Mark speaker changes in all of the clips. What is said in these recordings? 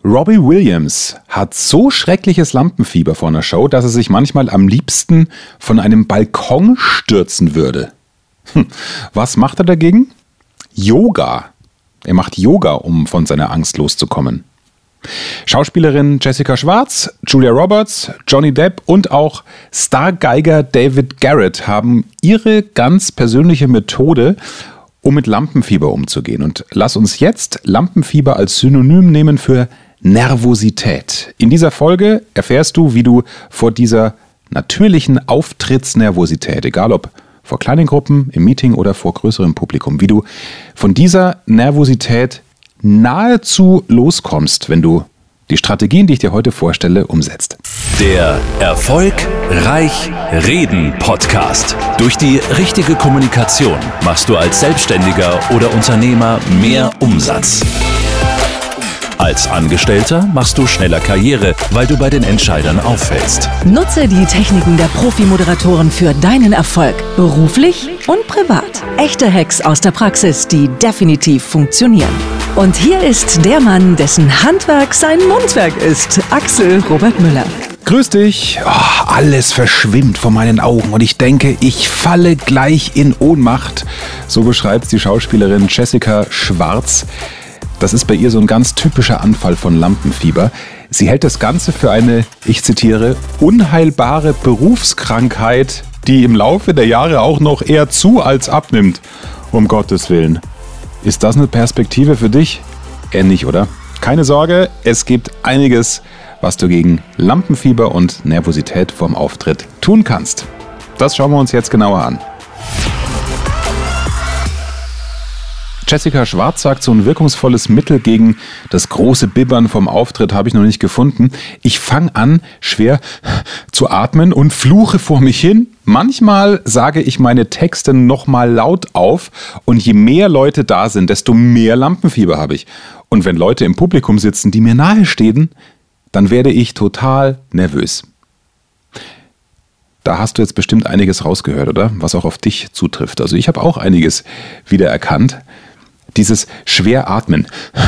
Speaker 1: Robbie Williams hat so schreckliches Lampenfieber vor einer Show, dass er sich manchmal am liebsten von einem Balkon stürzen würde. Was macht er dagegen? Yoga. Er macht Yoga, um von seiner Angst loszukommen. Schauspielerin Jessica Schwarz, Julia Roberts, Johnny Depp und auch Stargeiger David Garrett haben ihre ganz persönliche Methode, um mit Lampenfieber umzugehen. Und lass uns jetzt Lampenfieber als Synonym nehmen für Nervosität. In dieser Folge erfährst du, wie du vor dieser natürlichen Auftrittsnervosität, egal ob vor kleinen Gruppen, im Meeting oder vor größerem Publikum, wie du von dieser Nervosität nahezu loskommst, wenn du die Strategien, die ich dir heute vorstelle, umsetzt.
Speaker 2: Der Erfolgreich Reden Podcast. Durch die richtige Kommunikation machst du als Selbstständiger oder Unternehmer mehr Umsatz. Als Angestellter machst du schneller Karriere, weil du bei den Entscheidern auffällst.
Speaker 3: Nutze die Techniken der Profi-Moderatoren für deinen Erfolg, beruflich und privat. Echte Hacks aus der Praxis, die definitiv funktionieren. Und hier ist der Mann, dessen Handwerk sein Mundwerk ist, Axel Robert Müller.
Speaker 1: Grüß dich. Oh, alles verschwimmt vor meinen Augen und ich denke, ich falle gleich in Ohnmacht. So beschreibt die Schauspielerin Jessica Schwarz. Das ist bei ihr so ein ganz typischer Anfall von Lampenfieber. Sie hält das Ganze für eine, ich zitiere, unheilbare Berufskrankheit, die im Laufe der Jahre auch noch eher zu als abnimmt. Um Gottes Willen. Ist das eine Perspektive für dich? Eher nicht, oder? Keine Sorge, es gibt einiges, was du gegen Lampenfieber und Nervosität vorm Auftritt tun kannst. Das schauen wir uns jetzt genauer an. Jessica Schwarz sagt, so ein wirkungsvolles Mittel gegen das große Bibbern vom Auftritt habe ich noch nicht gefunden. Ich fange an, schwer zu atmen und fluche vor mich hin. Manchmal sage ich meine Texte nochmal laut auf und je mehr Leute da sind, desto mehr Lampenfieber habe ich. Und wenn Leute im Publikum sitzen, die mir nahe stehen, dann werde ich total nervös. Da hast du jetzt bestimmt einiges rausgehört, oder? Was auch auf dich zutrifft. Also ich habe auch einiges wiedererkannt. Dieses schwer atmen,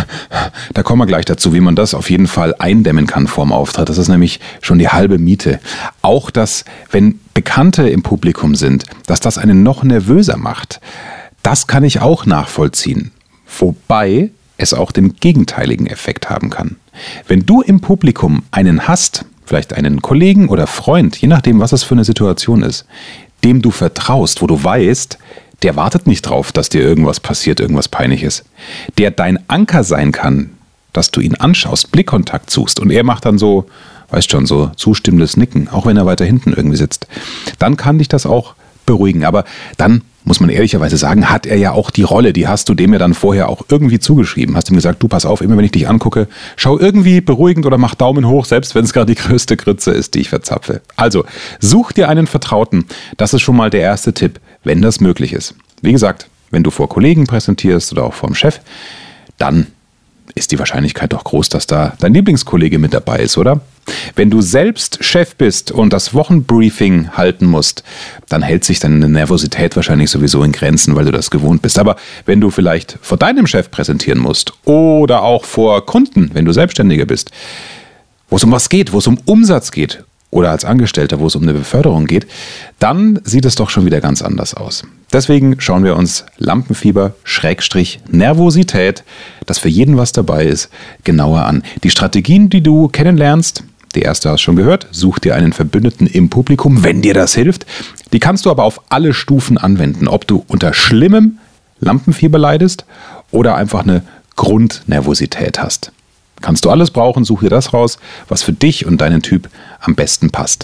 Speaker 1: da kommen wir gleich dazu, wie man das auf jeden Fall eindämmen kann vorm Auftritt. Das ist nämlich schon die halbe Miete. Auch das, wenn Bekannte im Publikum sind, dass das einen noch nervöser macht, das kann ich auch nachvollziehen. Wobei es auch den gegenteiligen Effekt haben kann. Wenn du im Publikum einen hast, vielleicht einen Kollegen oder Freund, je nachdem, was es für eine Situation ist, dem du vertraust, wo du weißt, der wartet nicht drauf, dass dir irgendwas passiert, irgendwas Peinliches. Der dein Anker sein kann, dass du ihn anschaust, Blickkontakt suchst und er macht dann so, weißt schon, so zustimmendes Nicken, auch wenn er weiter hinten irgendwie sitzt. Dann kann dich das auch beruhigen. Aber dann, muss man ehrlicherweise sagen, hat er ja auch die Rolle, die hast du dem ja dann vorher auch irgendwie zugeschrieben. Hast ihm gesagt, du pass auf, immer wenn ich dich angucke, schau irgendwie beruhigend oder mach Daumen hoch, selbst wenn es gerade die größte Grütze ist, die ich verzapfe. Also, such dir einen Vertrauten. Das ist schon mal der erste Tipp, wenn das möglich ist. Wie gesagt, wenn du vor Kollegen präsentierst oder auch vor dem Chef, dann ist die Wahrscheinlichkeit doch groß, dass da dein Lieblingskollege mit dabei ist, oder? Wenn du selbst Chef bist und das Wochenbriefing halten musst, dann hält sich deine Nervosität wahrscheinlich sowieso in Grenzen, weil du das gewohnt bist. Aber wenn du vielleicht vor deinem Chef präsentieren musst oder auch vor Kunden, wenn du Selbstständiger bist, wo es um was geht, wo es um Umsatz geht, oder als Angestellter, wo es um eine Beförderung geht, dann sieht es doch schon wieder ganz anders aus. Deswegen schauen wir uns Lampenfieber / Nervosität, das für jeden was dabei ist, genauer an. Die Strategien, die du kennenlernst, die erste hast du schon gehört, such dir einen Verbündeten im Publikum, wenn dir das hilft. Die kannst du aber auf alle Stufen anwenden, ob du unter schlimmem Lampenfieber leidest oder einfach eine Grundnervosität hast. Kannst du alles brauchen, such dir das raus, was für dich und deinen Typ am besten passt.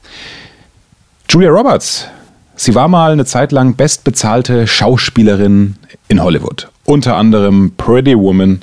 Speaker 1: Julia Roberts, sie war mal eine Zeit lang bestbezahlte Schauspielerin in Hollywood. Unter anderem Pretty Woman.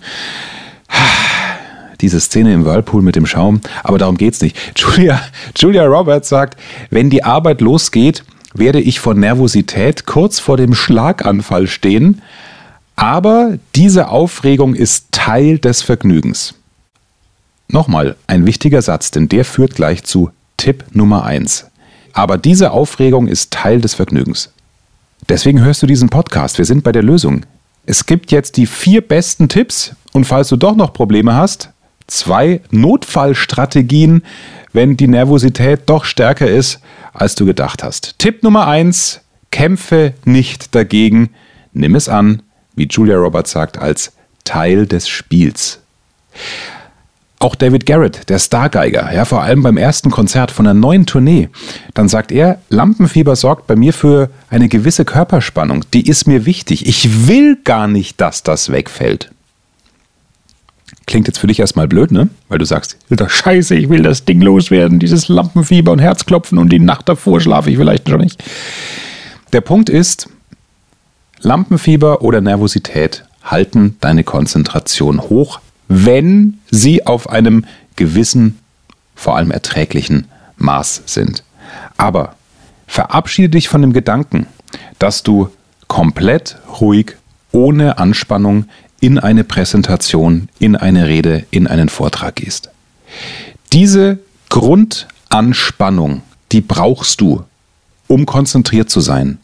Speaker 1: Diese Szene im Whirlpool mit dem Schaum, aber darum geht's nicht. Julia Roberts sagt, wenn die Arbeit losgeht, werde ich vor Nervosität kurz vor dem Schlaganfall stehen, aber diese Aufregung ist Teil des Vergnügens. Nochmal ein wichtiger Satz, denn der führt gleich zu Tipp Nummer 1. Aber diese Aufregung ist Teil des Vergnügens. Deswegen hörst du diesen Podcast. Wir sind bei der Lösung. Es gibt jetzt die 4 besten Tipps und falls du doch noch Probleme hast, 2 Notfallstrategien, wenn die Nervosität doch stärker ist, als du gedacht hast. Tipp Nummer 1, kämpfe nicht dagegen. Nimm es an, wie Julia Roberts sagt, als Teil des Spiels. Auch David Garrett, der Stargeiger, ja, vor allem beim ersten Konzert von einer neuen Tournee, dann sagt er, Lampenfieber sorgt bei mir für eine gewisse Körperspannung. Die ist mir wichtig. Ich will gar nicht, dass das wegfällt. Klingt jetzt für dich erstmal blöd, ne? Weil du sagst, Scheiße, ich will das Ding loswerden, dieses Lampenfieber und Herzklopfen und die Nacht davor schlafe ich vielleicht schon nicht. Der Punkt ist, Lampenfieber oder Nervosität halten deine Konzentration hoch, wenn sie auf einem gewissen, vor allem erträglichen Maß sind. Aber verabschiede dich von dem Gedanken, dass du komplett ruhig, ohne Anspannung in eine Präsentation, in eine Rede, in einen Vortrag gehst. Diese Grundanspannung, die brauchst du, um konzentriert zu sein.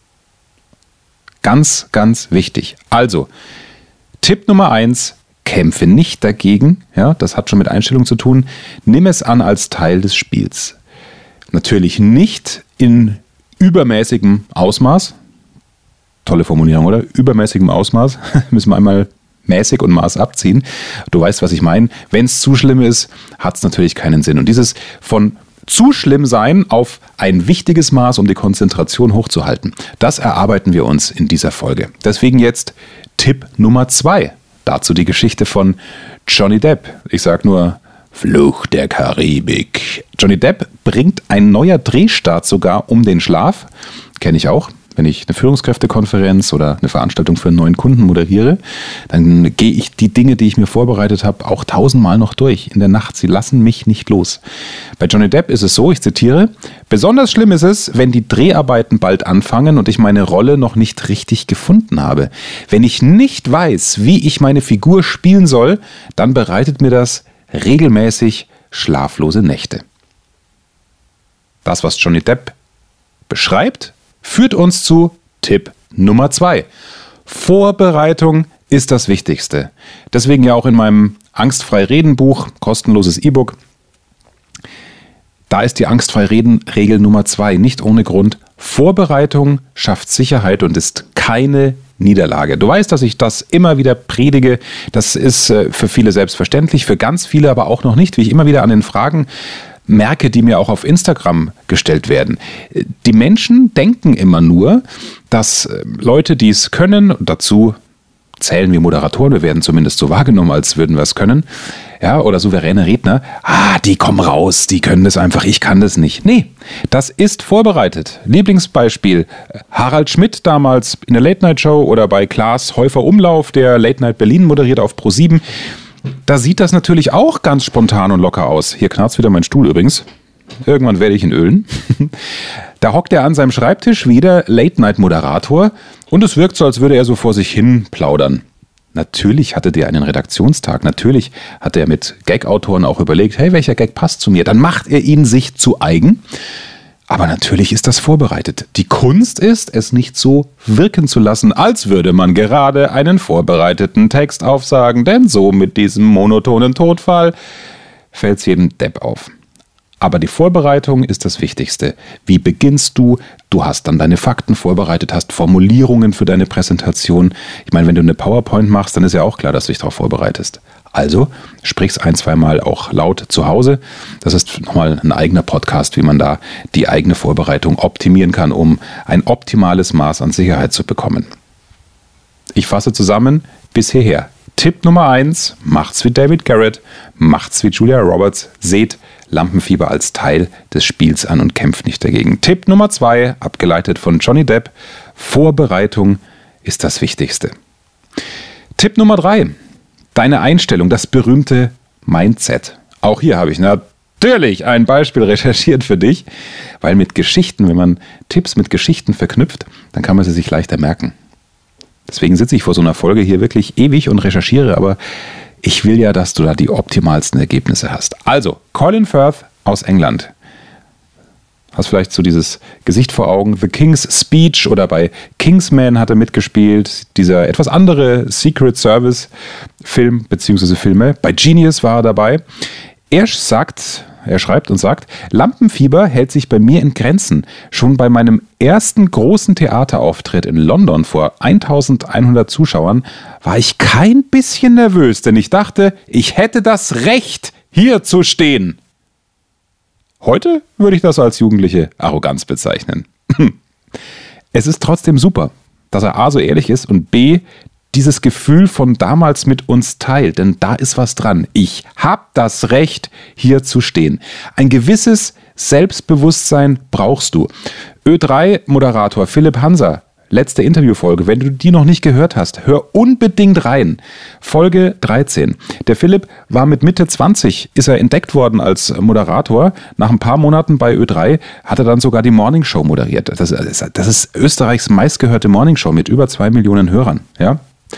Speaker 1: Ganz, ganz wichtig. Also, Tipp Nummer 1, kämpfe nicht dagegen. Ja, das hat schon mit Einstellung zu tun. Nimm es an als Teil des Spiels. Natürlich nicht in übermäßigem Ausmaß. Tolle Formulierung, oder? Übermäßigem Ausmaß. Müssen wir einmal mäßig und Maß abziehen. Du weißt, was ich meine. Wenn es zu schlimm ist, hat es natürlich keinen Sinn. Und dieses von zu schlimm sein auf ein wichtiges Maß, um die Konzentration hochzuhalten, das erarbeiten wir uns in dieser Folge. Deswegen jetzt Tipp Nummer 2. Dazu die Geschichte von Johnny Depp. Ich sage nur Fluch der Karibik. Johnny Depp bringt ein neuer Drehstart sogar um den Schlaf. Kenne ich auch. Wenn ich eine Führungskräftekonferenz oder eine Veranstaltung für einen neuen Kunden moderiere, dann gehe ich die Dinge, die ich mir vorbereitet habe, auch 1000-mal noch durch in der Nacht. Sie lassen mich nicht los. Bei Johnny Depp ist es so, ich zitiere, besonders schlimm ist es, wenn die Dreharbeiten bald anfangen und ich meine Rolle noch nicht richtig gefunden habe. Wenn ich nicht weiß, wie ich meine Figur spielen soll, dann bereitet mir das regelmäßig schlaflose Nächte. Das, was Johnny Depp beschreibt, führt uns zu Tipp Nummer 2. Vorbereitung ist das Wichtigste. Deswegen ja auch in meinem Angstfrei Reden Buch, kostenloses E-Book, da ist die Angstfrei Reden Regel Nummer 2. Nicht ohne Grund. Vorbereitung schafft Sicherheit und ist keine Niederlage. Du weißt, dass ich das immer wieder predige. Das ist für viele selbstverständlich, für ganz viele aber auch noch nicht, wie ich immer wieder an den Fragen merke, die mir auch auf Instagram gestellt werden. Die Menschen denken immer nur, dass Leute, die es können, und dazu zählen wir Moderatoren, wir werden zumindest so wahrgenommen, als würden wir es können, ja, oder souveräne Redner, die kommen raus, die können das einfach, ich kann das nicht. Nee, das ist vorbereitet. Lieblingsbeispiel, Harald Schmidt damals in der Late-Night-Show oder bei Klaas Häufer-Umlauf, der Late-Night Berlin moderiert auf Pro7. Da sieht das natürlich auch ganz spontan und locker aus. Hier knarzt wieder mein Stuhl übrigens. Irgendwann werde ich ihn ölen. Da hockt er an seinem Schreibtisch wie der Late-Night-Moderator und es wirkt so, als würde er so vor sich hin plaudern. Natürlich hatte der einen Redaktionstag. Natürlich hat er mit Gag-Autoren auch überlegt, hey, welcher Gag passt zu mir? Dann macht er ihn sich zu eigen. Aber natürlich ist das vorbereitet. Die Kunst ist, es nicht so wirken zu lassen, als würde man gerade einen vorbereiteten Text aufsagen, denn so mit diesem monotonen Tonfall fällt es jedem Depp auf. Aber die Vorbereitung ist das Wichtigste. Wie beginnst du? Du hast dann deine Fakten vorbereitet, hast Formulierungen für deine Präsentation. Ich meine, wenn du eine PowerPoint machst, dann ist ja auch klar, dass du dich darauf vorbereitest. Also sprich's 1-2 Mal auch laut zu Hause. Das ist nochmal ein eigener Podcast, wie man da die eigene Vorbereitung optimieren kann, um ein optimales Maß an Sicherheit zu bekommen. Ich fasse zusammen bis hierher. Tipp Nummer 1, macht's wie David Garrett, macht's wie Julia Roberts, seht Lampenfieber als Teil des Spiels an und kämpft nicht dagegen. Tipp Nummer 2, abgeleitet von Johnny Depp, Vorbereitung ist das Wichtigste. Tipp Nummer 3, deine Einstellung, das berühmte Mindset. Auch hier habe ich natürlich ein Beispiel recherchiert für dich, weil mit Geschichten, wenn man Tipps mit Geschichten verknüpft, dann kann man sie sich leichter merken. Deswegen sitze ich vor so einer Folge hier wirklich ewig und recherchiere, aber ich will ja, dass du da die optimalsten Ergebnisse hast. Also, Colin Firth aus England Hast vielleicht so dieses Gesicht vor Augen. The King's Speech oder bei Kingsman hat er mitgespielt. Dieser etwas andere Secret Service Film bzw. Filme. Bei Genius war er dabei. Er schreibt und sagt, Lampenfieber hält sich bei mir in Grenzen. Schon bei meinem ersten großen Theaterauftritt in London vor 1100 Zuschauern war ich kein bisschen nervös, denn ich dachte, ich hätte das Recht, hier zu stehen. Heute würde ich das als jugendliche Arroganz bezeichnen. Es ist trotzdem super, dass er A so ehrlich ist und B dieses Gefühl von damals mit uns teilt, denn da ist was dran. Ich habe das Recht, hier zu stehen. Ein gewisses Selbstbewusstsein brauchst du. Ö3-Moderator Philipp Hanser, letzte Interviewfolge, wenn du die noch nicht gehört hast, hör unbedingt rein. Folge 13. Der Philipp war mit Mitte 20, ist er entdeckt worden als Moderator. Nach ein paar Monaten bei Ö3 hat er dann sogar die Morningshow moderiert. Das ist Österreichs meistgehörte Morningshow mit über 2 Millionen Hörern. Ja?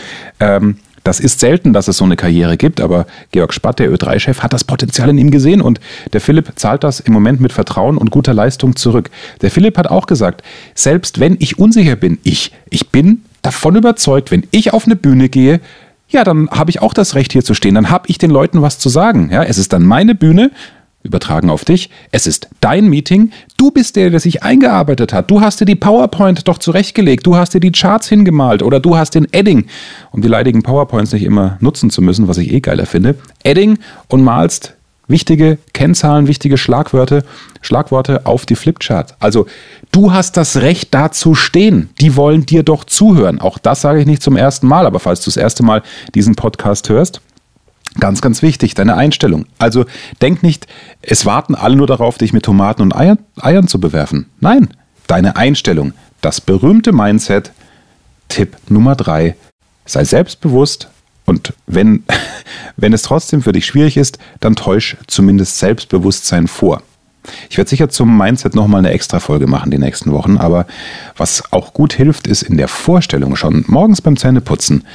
Speaker 1: Das ist selten, dass es so eine Karriere gibt, aber Georg Spatt, der Ö3-Chef, hat das Potenzial in ihm gesehen und der Philipp zahlt das im Moment mit Vertrauen und guter Leistung zurück. Der Philipp hat auch gesagt, selbst wenn ich unsicher bin, ich bin davon überzeugt, wenn ich auf eine Bühne gehe, ja, dann habe ich auch das Recht, hier zu stehen, dann habe ich den Leuten was zu sagen. Ja, es ist dann meine Bühne, übertragen auf dich, es ist dein Meeting, du bist der sich eingearbeitet hat, du hast dir die PowerPoint doch zurechtgelegt, du hast dir die Charts hingemalt oder du hast den Edding, um die leidigen PowerPoints nicht immer nutzen zu müssen, was ich geiler finde, Edding und malst wichtige Kennzahlen, wichtige Schlagworte auf die Flipchart. Also du hast das Recht, da zu stehen. Die wollen dir doch zuhören. Auch das sage ich nicht zum ersten Mal, aber falls du das erste Mal diesen Podcast hörst, ganz, ganz wichtig, deine Einstellung. Also denk nicht, es warten alle nur darauf, dich mit Tomaten und Eiern zu bewerfen. Nein, deine Einstellung, das berühmte Mindset, Tipp Nummer 3, sei selbstbewusst und wenn es trotzdem für dich schwierig ist, dann täusch zumindest Selbstbewusstsein vor. Ich werde sicher zum Mindset nochmal eine extra Folge machen die nächsten Wochen, aber was auch gut hilft, ist in der Vorstellung schon, morgens beim Zähneputzen,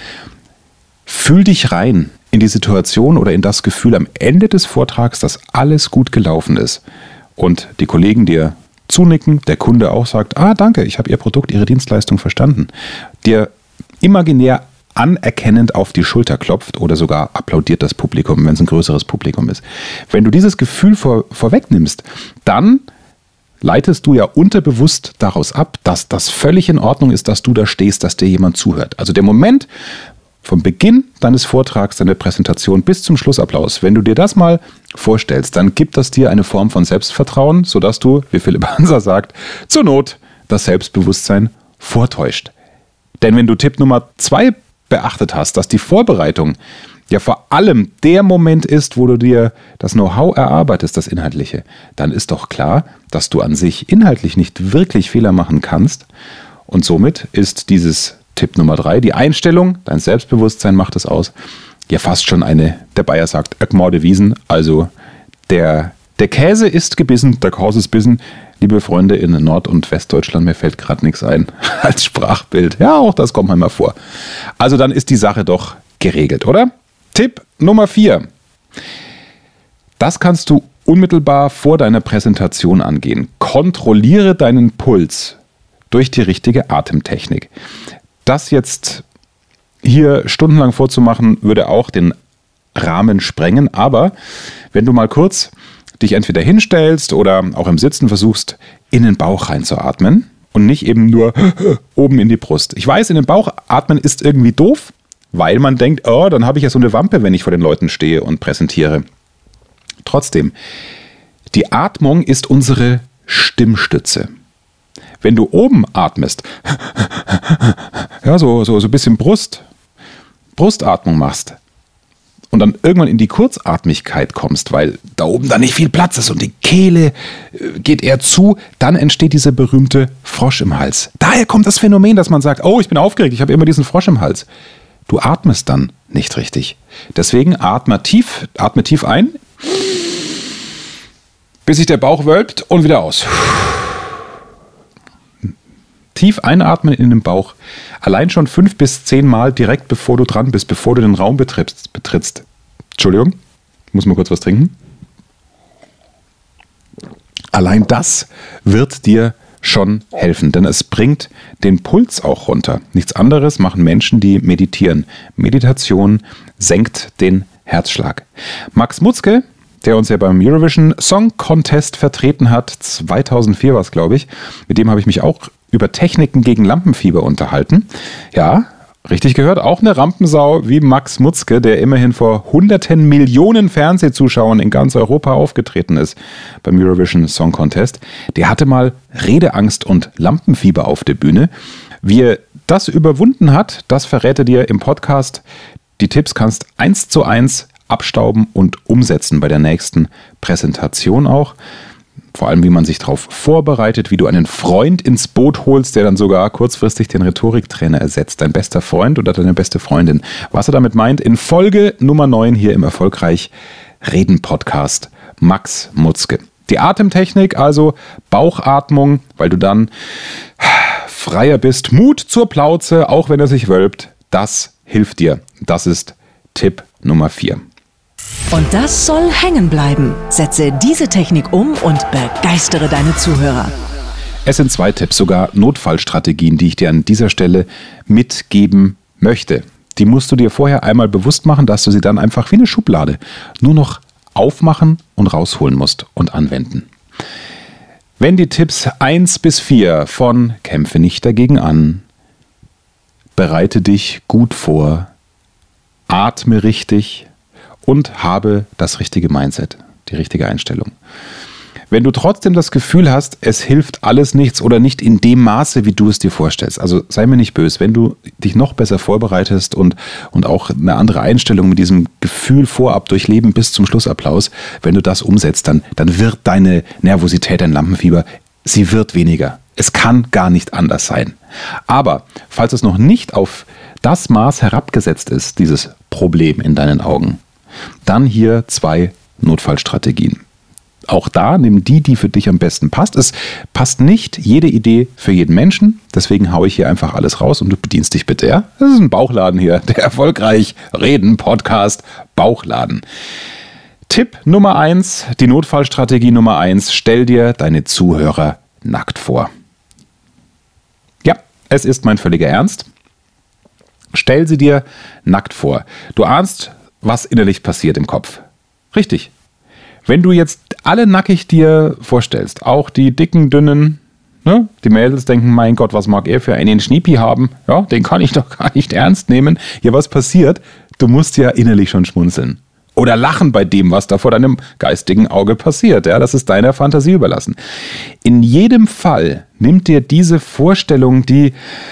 Speaker 1: fühl dich rein in die Situation oder in das Gefühl am Ende des Vortrags, dass alles gut gelaufen ist und die Kollegen dir zunicken, der Kunde auch sagt, danke, ich habe Ihr Produkt, Ihre Dienstleistung verstanden, dir imaginär anerkennend auf die Schulter klopft oder sogar applaudiert das Publikum, wenn es ein größeres Publikum ist. Wenn du dieses Gefühl vorwegnimmst, dann leitest du ja unterbewusst daraus ab, dass das völlig in Ordnung ist, dass du da stehst, dass dir jemand zuhört. Also der Moment vom Beginn deines Vortrags, deiner Präsentation bis zum Schlussapplaus, wenn du dir das mal vorstellst, dann gibt das dir eine Form von Selbstvertrauen, sodass du, wie Philipp Hanser sagt, zur Not das Selbstbewusstsein vortäuscht. Denn wenn du Tipp Nummer 2 beachtet hast, dass die Vorbereitung ja vor allem der Moment ist, wo du dir das Know-how erarbeitest, das Inhaltliche, dann ist doch klar, dass du an sich inhaltlich nicht wirklich Fehler machen kannst. Und somit ist dieses Tipp Nummer 3, die Einstellung, dein Selbstbewusstsein macht es aus, ja fast schon eine, der Bayer sagt, Öckmorde Wiesen, also der Käse ist gebissen, der Kors ist bissen. Liebe Freunde in Nord- und Westdeutschland, mir fällt gerade nichts ein als Sprachbild. Ja, auch das kommt manchmal vor. Also dann ist die Sache doch geregelt, oder? Tipp Nummer 4. Das kannst du unmittelbar vor deiner Präsentation angehen. Kontrolliere deinen Puls durch die richtige Atemtechnik. Das jetzt hier stundenlang vorzumachen, würde auch den Rahmen sprengen. Aber wenn du mal kurz dich entweder hinstellst oder auch im Sitzen versuchst, in den Bauch reinzuatmen und nicht eben nur oben in die Brust. Ich weiß, in den Bauch atmen ist irgendwie doof, weil man denkt, dann habe ich ja so eine Wampe, wenn ich vor den Leuten stehe und präsentiere. Trotzdem, die Atmung ist unsere Stimmstütze. Wenn du oben atmest, ja, so ein bisschen Brustatmung machst und dann irgendwann in die Kurzatmigkeit kommst, weil da oben dann nicht viel Platz ist und die Kehle geht eher zu, dann entsteht dieser berühmte Frosch im Hals. Daher kommt das Phänomen, dass man sagt, ich bin aufgeregt, ich habe immer diesen Frosch im Hals. Du atmest dann nicht richtig. Deswegen atme tief ein, bis sich der Bauch wölbt und wieder aus. Tief einatmen in den Bauch. Allein schon 5 bis 10 Mal direkt bevor du dran bist, bevor du den Raum betrittst. Entschuldigung, ich muss mal kurz was trinken. Allein das wird dir schon helfen, denn es bringt den Puls auch runter. Nichts anderes machen Menschen, die meditieren. Meditation senkt den Herzschlag. Max Mutzke, der uns ja beim Eurovision Song Contest vertreten hat, 2004 war es, glaube ich, mit dem habe ich mich auch über Techniken gegen Lampenfieber unterhalten. Ja, richtig gehört, auch eine Rampensau wie Max Mutzke, der immerhin vor hunderten Millionen Fernsehzuschauern in ganz Europa aufgetreten ist beim Eurovision Song Contest. Der hatte mal Redeangst und Lampenfieber auf der Bühne. Wie er das überwunden hat, das verrät er dir im Podcast. Die Tipps kannst 1:1 abstauben und umsetzen bei der nächsten Präsentation auch. Vor allem, wie man sich darauf vorbereitet, wie du einen Freund ins Boot holst, der dann sogar kurzfristig den Rhetoriktrainer ersetzt. Dein bester Freund oder deine beste Freundin. Was er damit meint, in Folge Nummer 9 hier im Erfolgreich Reden Podcast. Max Mutzke. Die Atemtechnik, also Bauchatmung, weil du dann freier bist. Mut zur Plauze, auch wenn er sich wölbt. Das hilft dir. Das ist Tipp Nummer 4.
Speaker 3: Und das soll hängen bleiben. Setze diese Technik um und begeistere deine Zuhörer.
Speaker 1: Es sind 2 Tipps, sogar Notfallstrategien, die ich dir an dieser Stelle mitgeben möchte. Die musst du dir vorher einmal bewusst machen, dass du sie dann einfach wie eine Schublade nur noch aufmachen und rausholen musst und anwenden. Wenn die Tipps 1-4 von Kämpfe nicht dagegen an, bereite dich gut vor, atme richtig und habe das richtige Mindset, die richtige Einstellung. Wenn du trotzdem das Gefühl hast, es hilft alles nichts oder nicht in dem Maße, wie du es dir vorstellst, also sei mir nicht böse, wenn du dich noch besser vorbereitest und auch eine andere Einstellung mit diesem Gefühl vorab durchleben bis zum Schlussapplaus, wenn du das umsetzt, dann wird deine Nervosität, dein Lampenfieber, sie wird weniger. Es kann gar nicht anders sein. Aber falls es noch nicht auf das Maß herabgesetzt ist, dieses Problem in deinen Augen, dann hier 2 Notfallstrategien. Auch da nimm die für dich am besten passt. Es passt nicht jede Idee für jeden Menschen. Deswegen haue ich hier einfach alles raus und du bedienst dich bitte. Ja? Das ist ein Bauchladen hier. Der Erfolgreich Reden Podcast Bauchladen. Tipp Nummer 1, die Notfallstrategie Nummer 1. Stell dir deine Zuhörer nackt vor. Ja, es ist mein völliger Ernst. Stell sie dir nackt vor. Du ahnst, was innerlich passiert im Kopf. Richtig. Wenn du jetzt alle nackig dir vorstellst, auch die dicken, dünnen, ne? Die Mädels denken, mein Gott, was mag er für einen Schniepi haben? Ja, den kann ich doch gar nicht ernst nehmen. Ja, was passiert? Du musst ja innerlich schon schmunzeln. Oder lachen bei dem, was da vor deinem geistigen Auge passiert. Ja, das ist deiner Fantasie überlassen. In jedem Fall nimmt dir diese Vorstellung die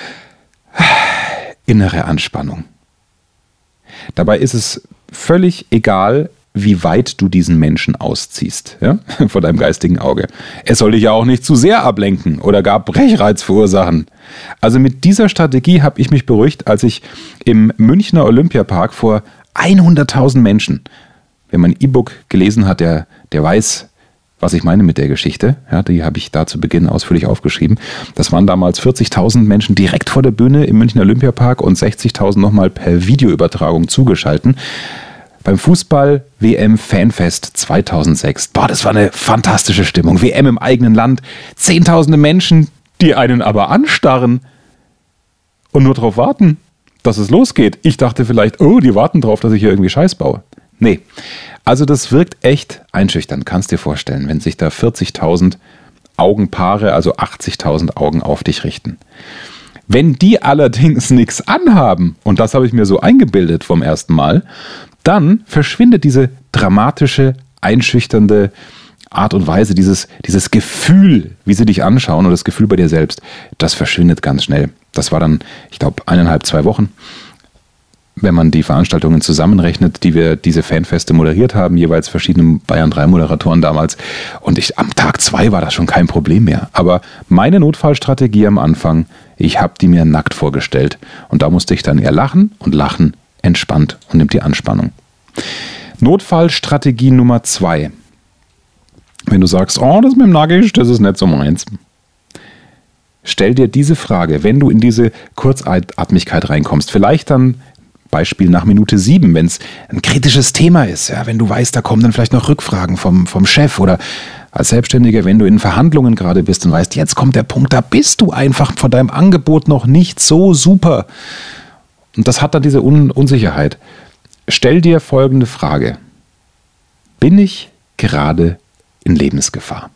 Speaker 1: innere Anspannung. Dabei ist es völlig egal, wie weit du diesen Menschen ausziehst, ja, vor deinem geistigen Auge. Es soll dich ja auch nicht zu sehr ablenken oder gar Brechreiz verursachen. Also mit dieser Strategie habe ich mich beruhigt, als ich im Münchner Olympiapark vor 100.000 Menschen, wer mein E-Book gelesen hat, der weiß, was ich meine mit der Geschichte. Ja, die habe ich da zu Beginn ausführlich aufgeschrieben. Das waren damals 40.000 Menschen direkt vor der Bühne im Münchner Olympiapark und 60.000 nochmal per Videoübertragung zugeschalten. Beim Fußball-WM-Fanfest 2006. Boah, das war eine fantastische Stimmung. WM im eigenen Land. Zehntausende Menschen, die einen aber anstarren und nur darauf warten, dass es losgeht. Ich dachte vielleicht, oh, die warten drauf, dass ich hier irgendwie Scheiß baue. Nee, also das wirkt echt einschüchternd, kannst dir vorstellen, wenn sich da 40.000 Augenpaare, also 80.000 Augen auf dich richten. Wenn die allerdings nichts anhaben, und das habe ich mir so eingebildet vom ersten Mal, dann verschwindet diese dramatische, einschüchternde Art und Weise, dieses Gefühl, wie sie dich anschauen oder das Gefühl bei dir selbst, das verschwindet ganz schnell. Das war dann, ich glaube, 1,5-2 Wochen, wenn man die Veranstaltungen zusammenrechnet, die wir diese Fanfeste moderiert haben, jeweils verschiedene Bayern 3 Moderatoren damals. Und am Tag 2 war das schon kein Problem mehr. Aber meine Notfallstrategie am Anfang, ich habe die mir nackt vorgestellt. Und da musste ich dann eher lachen und lachen entspannt und nimmt die Anspannung. Notfallstrategie Nummer 2. Wenn du sagst, oh, das mit dem Nackig, das ist nicht so meins. Stell dir diese Frage, wenn du in diese Kurzatmigkeit reinkommst, vielleicht dann Beispiel nach Minute 7, wenn es ein kritisches Thema ist, ja, wenn du weißt, da kommen dann vielleicht noch Rückfragen vom Chef oder als Selbstständiger, wenn du in Verhandlungen gerade bist und weißt, jetzt kommt der Punkt, da bist du einfach von deinem Angebot noch nicht so super. Und das hat dann diese Unsicherheit. Stell dir folgende Frage. Bin ich gerade in Lebensgefahr?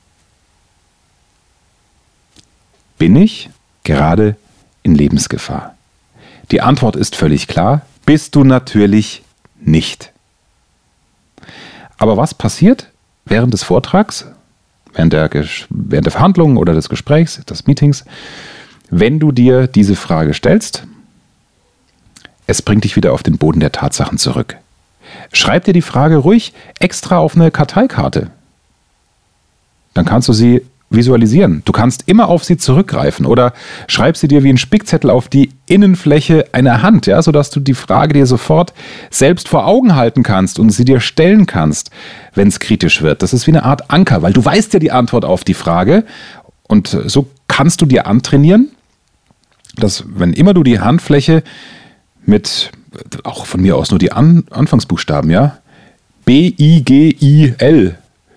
Speaker 1: Bin ich gerade in Lebensgefahr? Die Antwort ist völlig klar. Bist du natürlich nicht. Aber was passiert während des Vortrags, während der Verhandlungen oder des Gesprächs, des Meetings, wenn du dir diese Frage stellst? Es bringt dich wieder auf den Boden der Tatsachen zurück. Schreib dir die Frage ruhig extra auf eine Karteikarte. Dann kannst du sie visualisieren. Du kannst immer auf sie zurückgreifen oder schreib sie dir wie ein Spickzettel auf die Innenfläche einer Hand, ja, sodass du die Frage dir sofort selbst vor Augen halten kannst und sie dir stellen kannst, wenn es kritisch wird. Das ist wie eine Art Anker, weil du weißt ja die Antwort auf die Frage und so kannst du dir antrainieren, dass wenn immer du die Handfläche mit, auch von mir aus nur die Anfangsbuchstaben, ja, B-I-G-I-L,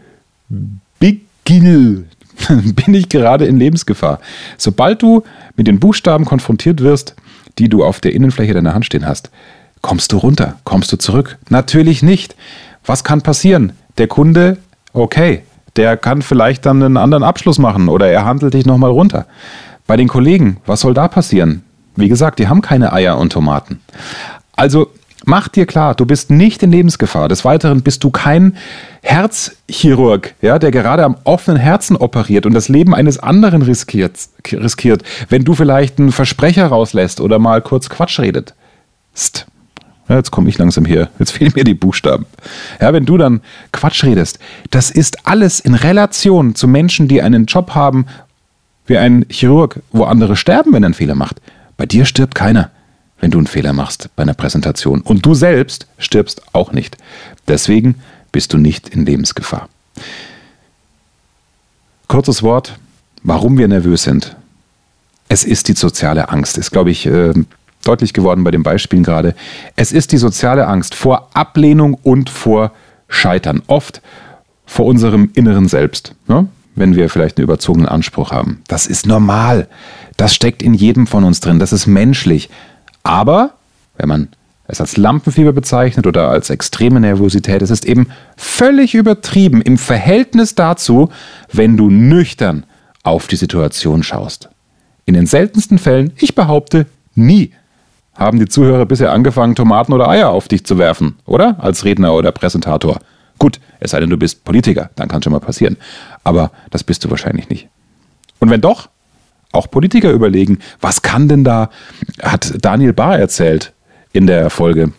Speaker 1: Bigil, bin ich gerade in Lebensgefahr. Sobald du mit den Buchstaben konfrontiert wirst, die du auf der Innenfläche deiner Hand stehen hast, kommst du runter, kommst du zurück? Natürlich nicht. Was kann passieren? Der Kunde, okay, der kann vielleicht dann einen anderen Abschluss machen oder er handelt dich nochmal runter. Bei den Kollegen, was soll da passieren? Wie gesagt, die haben keine Eier und Tomaten. Also mach dir klar, du bist nicht in Lebensgefahr. Des Weiteren bist du kein Herzchirurg, ja, der gerade am offenen Herzen operiert und das Leben eines anderen riskiert, wenn du vielleicht einen Versprecher rauslässt oder mal kurz Quatsch redet. Ja, jetzt komme ich langsam hier, jetzt fehlen mir die Buchstaben. Ja, wenn du dann Quatsch redest, das ist alles in Relation zu Menschen, die einen Job haben wie ein Chirurg, wo andere sterben, wenn er einen Fehler macht. Bei dir stirbt keiner, wenn du einen Fehler machst bei einer Präsentation. Und du selbst stirbst auch nicht. Deswegen bist du nicht in Lebensgefahr. Kurzes Wort, warum wir nervös sind. Es ist die soziale Angst. Ist, glaube ich, deutlich geworden bei den Beispielen gerade. Es ist die soziale Angst vor Ablehnung und vor Scheitern. Oft vor unserem inneren Selbst, ne? Wenn wir vielleicht einen überzogenen Anspruch haben. Das ist normal. Das steckt in jedem von uns drin. Das ist menschlich. Aber, wenn man es als Lampenfieber bezeichnet oder als extreme Nervosität, es ist eben völlig übertrieben im Verhältnis dazu, wenn du nüchtern auf die Situation schaust. In den seltensten Fällen, ich behaupte, nie, haben die Zuhörer bisher angefangen, Tomaten oder Eier auf dich zu werfen, oder? Als Redner oder Präsentator. Gut, es sei denn, du bist Politiker, dann kann es schon mal passieren. Aber das bist du wahrscheinlich nicht. Und wenn doch, auch Politiker überlegen, was kann denn da, hat Daniel Bahr erzählt in der Folge,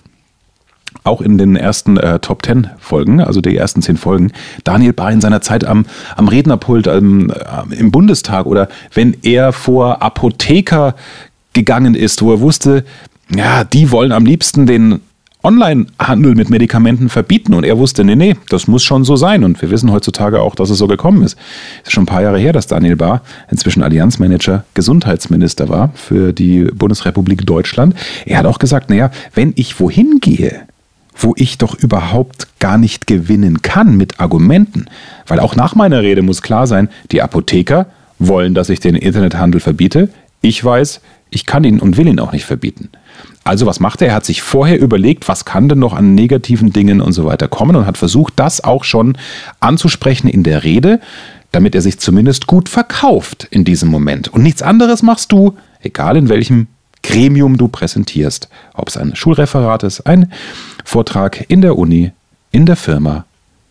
Speaker 1: auch in den ersten Top 10 Folgen, also die ersten 10 Folgen, Daniel Bahr in seiner Zeit am Rednerpult im Bundestag oder wenn er vor Apotheker gegangen ist, wo er wusste, ja, die wollen am liebsten den Onlinehandel mit Medikamenten verbieten und er wusste, nee, das muss schon so sein und wir wissen heutzutage auch, dass es so gekommen ist. Es ist schon ein paar Jahre her, dass Daniel Bahr inzwischen Allianzmanager, Gesundheitsminister war für die Bundesrepublik Deutschland. Er hat auch gesagt, naja, wenn ich wohin gehe, wo ich doch überhaupt gar nicht gewinnen kann mit Argumenten, weil auch nach meiner Rede muss klar sein, die Apotheker wollen, dass ich den Internethandel verbiete. Ich weiß, ich kann ihn und will ihn auch nicht verbieten. Also was macht er? Er hat sich vorher überlegt, was kann denn noch an negativen Dingen und so weiter kommen und hat versucht, das auch schon anzusprechen in der Rede, damit er sich zumindest gut verkauft in diesem Moment. Und nichts anderes machst du, egal in welchem Gremium du präsentierst. Ob es ein Schulreferat ist, ein Vortrag in der Uni, in der Firma,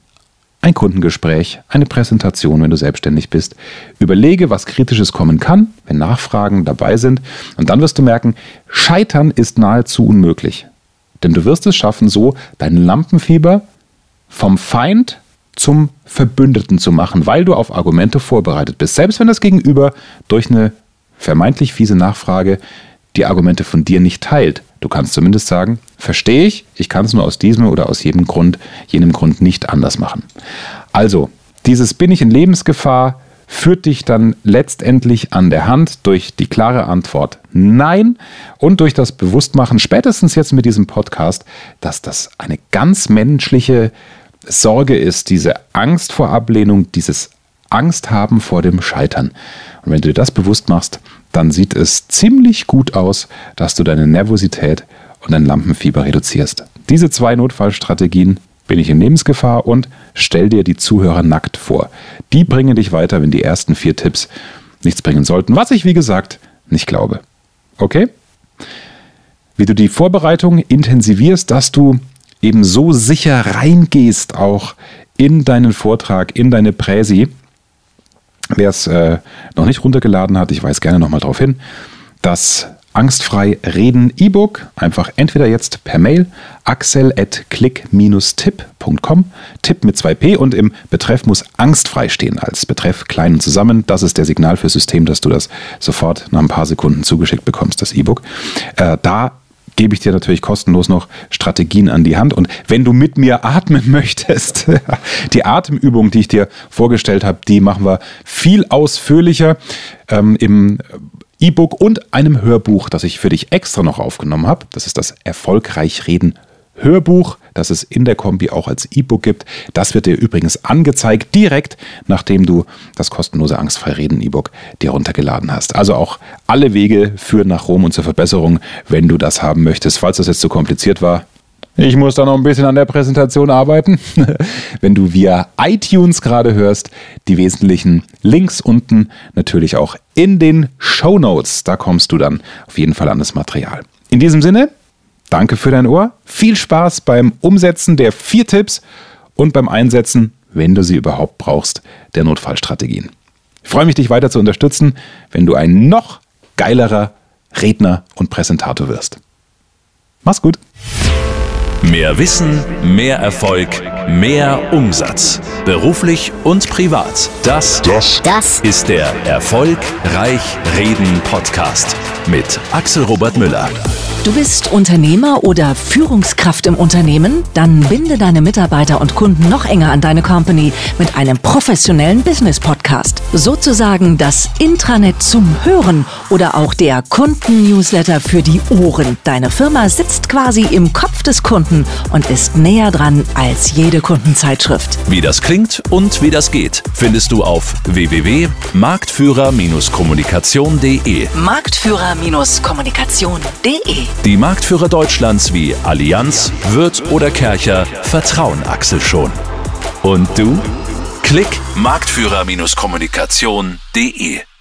Speaker 1: ein Kundengespräch, eine Präsentation, wenn du selbstständig bist. Überlege, was Kritisches kommen kann, wenn Nachfragen dabei sind. Und dann wirst du merken, Scheitern ist nahezu unmöglich. Denn du wirst es schaffen, so dein Lampenfieber vom Feind zum Verbündeten zu machen, weil du auf Argumente vorbereitet bist. Selbst wenn das Gegenüber durch eine vermeintlich fiese Nachfrage die Argumente von dir nicht teilt. Du kannst zumindest sagen, verstehe ich kann es nur aus diesem oder aus jenem Grund nicht anders machen. Also, dieses bin ich in Lebensgefahr führt dich dann letztendlich an der Hand durch die klare Antwort Nein und durch das Bewusstmachen, spätestens jetzt mit diesem Podcast, dass das eine ganz menschliche Sorge ist diese Angst vor Ablehnung, dieses Angst haben vor dem Scheitern. Und wenn du dir das bewusst machst, dann sieht es ziemlich gut aus, dass du deine Nervosität und dein Lampenfieber reduzierst. Diese 2 Notfallstrategien: bin ich in Lebensgefahr und stell dir die Zuhörer nackt vor. Die bringen dich weiter, wenn die ersten 4 Tipps nichts bringen sollten, was ich, wie gesagt, nicht glaube. Okay? Wie du die Vorbereitung intensivierst, dass du eben so sicher reingehst, auch in deinen Vortrag, in deine Präsi. Wer es noch nicht runtergeladen hat, ich weise gerne nochmal darauf hin, das Angstfrei Reden E-Book, einfach entweder jetzt per Mail axel@klick-tipp.com, Tipp mit 2P, und im Betreff muss angstfrei stehen, als Betreff klein und zusammen. Das ist der Signal fürs System, dass du das sofort nach ein paar Sekunden zugeschickt bekommst, das E-Book. Da gebe ich dir natürlich kostenlos noch Strategien an die Hand. Und wenn du mit mir atmen möchtest, die Atemübung, die ich dir vorgestellt habe, die machen wir viel ausführlicher im E-Book und einem Hörbuch, das ich für dich extra noch aufgenommen habe. Das ist das Erfolgreich Reden Hörbuch, das es in der Kombi auch als E-Book gibt. Das wird dir übrigens angezeigt, direkt nachdem du das kostenlose Angstfrei Reden E-Book dir runtergeladen hast. Also auch alle Wege führen nach Rom und zur Verbesserung, wenn du das haben möchtest. Falls das jetzt zu kompliziert war, ich muss da noch ein bisschen an der Präsentation arbeiten. Wenn du via iTunes gerade hörst, die wesentlichen Links unten, natürlich auch in den Shownotes. Da kommst du dann auf jeden Fall an das Material. In diesem Sinne, danke für dein Ohr. Viel Spaß beim Umsetzen der 4 Tipps und beim Einsetzen, wenn du sie überhaupt brauchst, der Notfallstrategien. Ich freue mich, dich weiter zu unterstützen, wenn du ein noch geilerer Redner und Präsentator wirst. Mach's gut.
Speaker 2: Mehr Wissen, mehr Erfolg, mehr Umsatz. Beruflich und privat. Das ist der Erfolgreich Reden Podcast mit Axel Robert Müller.
Speaker 3: Du bist Unternehmer oder Führungskraft im Unternehmen? Dann binde deine Mitarbeiter und Kunden noch enger an deine Company mit einem professionellen Business-Podcast. Sozusagen das Intranet zum Hören oder auch der Kunden-Newsletter für die Ohren. Deine Firma sitzt quasi im Kopf des Kunden und ist näher dran als jede Kundenzeitschrift.
Speaker 2: Wie das klingt und wie das geht, findest du auf www.marktführer-kommunikation.de.
Speaker 3: Marktführer-kommunikation.de.
Speaker 2: Die Marktführer Deutschlands wie Allianz, Wirth oder Kärcher vertrauen Axel schon. Und du? Klick marktführer-kommunikation.de.